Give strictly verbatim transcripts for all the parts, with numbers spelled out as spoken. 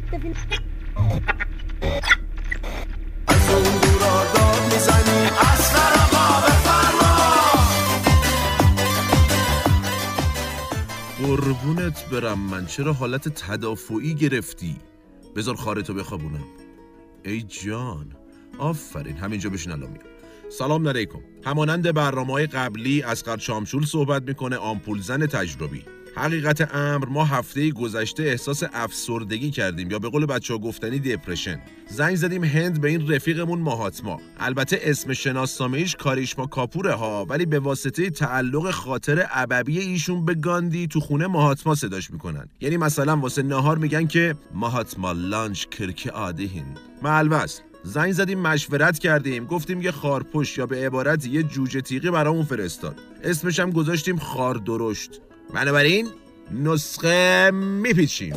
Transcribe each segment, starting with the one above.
از اون دورا داد میزنی اصلا آقا بفرما. قربونت برم من، چرا حالت تدافعی گرفتی؟ بذار خارتو بخوابونم. ای جان آفرین، همینجا بشین الان میام. سلام علیکم. همانند برنامه‌های قبلی اصغر شامشول صحبت میکنه، آمپول زن تجربی. حقیقت امر ما هفته گذشته احساس افسردگی کردیم، یا به قول بچه‌ها گفتنی دپرشن. زنگ زدیم هند به این رفیقمون ماهاتما. البته اسم شناسنامه‌ایش کاریشما کاپوره ها، ولی به واسطه تعلق خاطر ابوی ایشون به گاندی تو خونه ماهاتما صداش میکنن. یعنی مثلا واسه نهار میگن که ماهاتما لانچ کرک آدهین. معلوس زنگ زدیم مشورت کردیم، گفتیم یه خارپشت یا به عبارت یه جوجه تیغی برامون فرستاد. اسمش هم گذاشتیم خار درشت. بنابراین نسخه میپیچیم.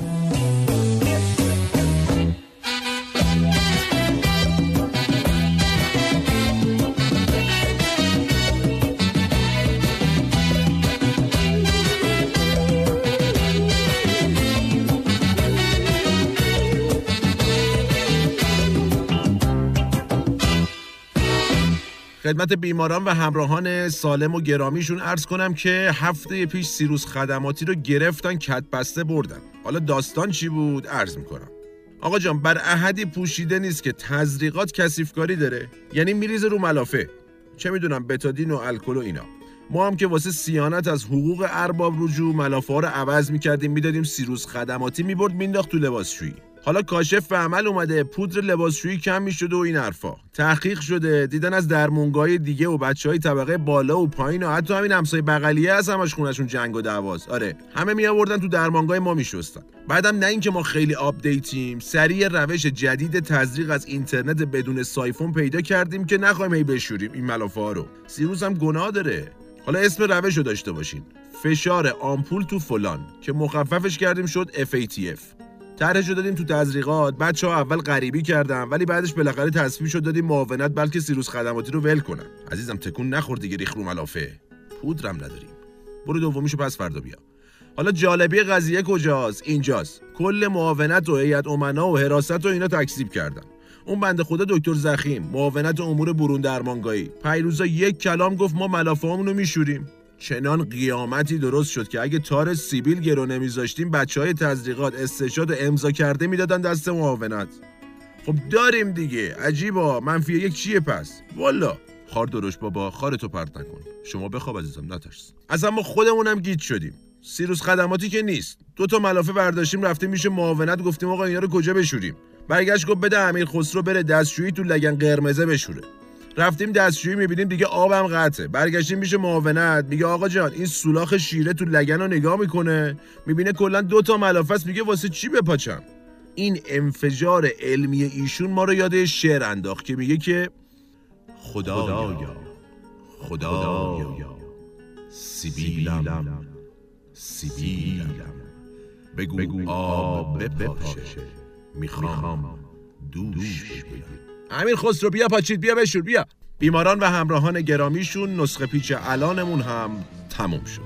خدمت بیماران و همراهان سالم و گرامیشون عرض کنم که هفته پیش سیروس خدماتی رو گرفتن، کت بسته بردن. حالا داستان چی بود عرض میکنم. آقا جان، بر احدی پوشیده نیست که تزریقات کثیفکاری داره، یعنی میریزه رو ملافه، چه میدونم بتادین و الکل و اینا. ما هم که واسه صیانت از حقوق ارباب رجوع ملافه ها رو عوض میکردیم، میدادیم سیروس خدماتی میبرد مینداخت تو لباسشویی. حالا کاشف به عمل اومده، پودر لباسشویی کم میشده و این حرفا. تحقیق شده، دیدن از درمونگای دیگه و بچهای طبقه بالا و پایین و حتی همین همسایه بغلیه هست همش خونشون جنگ و دعواست. آره، همه می آوردن تو درمانگاه ما میشستن. بعدم نه اینکه ما خیلی آپدیتیم، سریع روش جدید تزریق از اینترنت بدون سایفون پیدا کردیم که نخوایم هی بشوریم این ملافه ها رو. سیروس هم گناه داره. حالا اسم روش رو داشته باشین، فشار آمپول تو فلان، که مخففش کردیم شد اف ای تی اف. طرحش رو دادیم تو تزریقات. بچه‌ها اول غریبی کردن، ولی بعدش بالاخره تصفیه شد، دادیم معاونت بلکه سیروس خدماتی رو ول کنن. عزیزم تکون نخور دیگه، ریخ رو ملافه. پودرم نداریم. برو دومیشو پس فردا بیا. حالا جالبی قضیه کجاست؟ اینجاست. کل معاونت و هیئت امنا و حراست و اینا تکذیب کردن. اون بنده خدا دکتر زخیم، معاونت امور برون درمانگاهی، پیروزا یک کلام گفت ما ملافه‌هامون رو میشوریم. چنان قیامتی درست شد که اگه تار سیبیل گرو نمیذاشتیم بچهای تزریقات استشهاد امضا کرده میدادن دست معاونت. خب داریم دیگه. عجیبا، منفی یک چیه پس؟ والا خار درشت بابا، خارتو پرت نکن. شما بخواب عزیزم، نترس. اصلا ما خودمونم گیج شدیم. سیروس خدماتی که نیست. دو تا ملافه برداشتیم رفتیم میشه معاونت، گفتیم آقا اینا رو کجا بشوریم؟ برگشت گفت بده امیر خسرو بره دستشویی تو لگن قرمزه بشوره. رفتیم دستشویی میبینیم دیگه آبم قطعه. برگشتیم میشه معاونت، میگه آقا جان این سولاخ شیره تو لگن رو نگاه میکنه، میبینه کلا دو تا ملافه است، میگه واسه چی بپاچم؟ این انفجار علمی ایشون ما رو یاد شعر انداخت که میگه که خدایا خدایا سیبیلم سیبیلم بگو آب بپاشه، میخوام دوش بگیرم. امیر خسرو بیا پاچید، بیا بشور، بیا. بیماران و همراهان گرامیشون، نسخه پیچ الانمون هم تموم شد.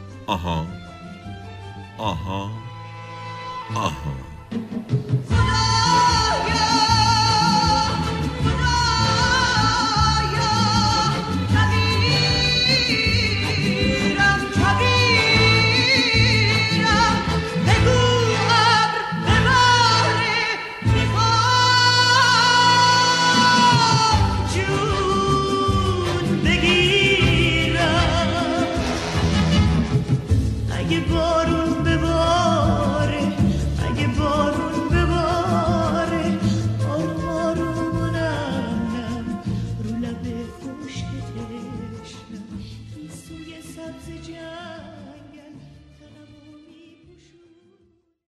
آها آها آها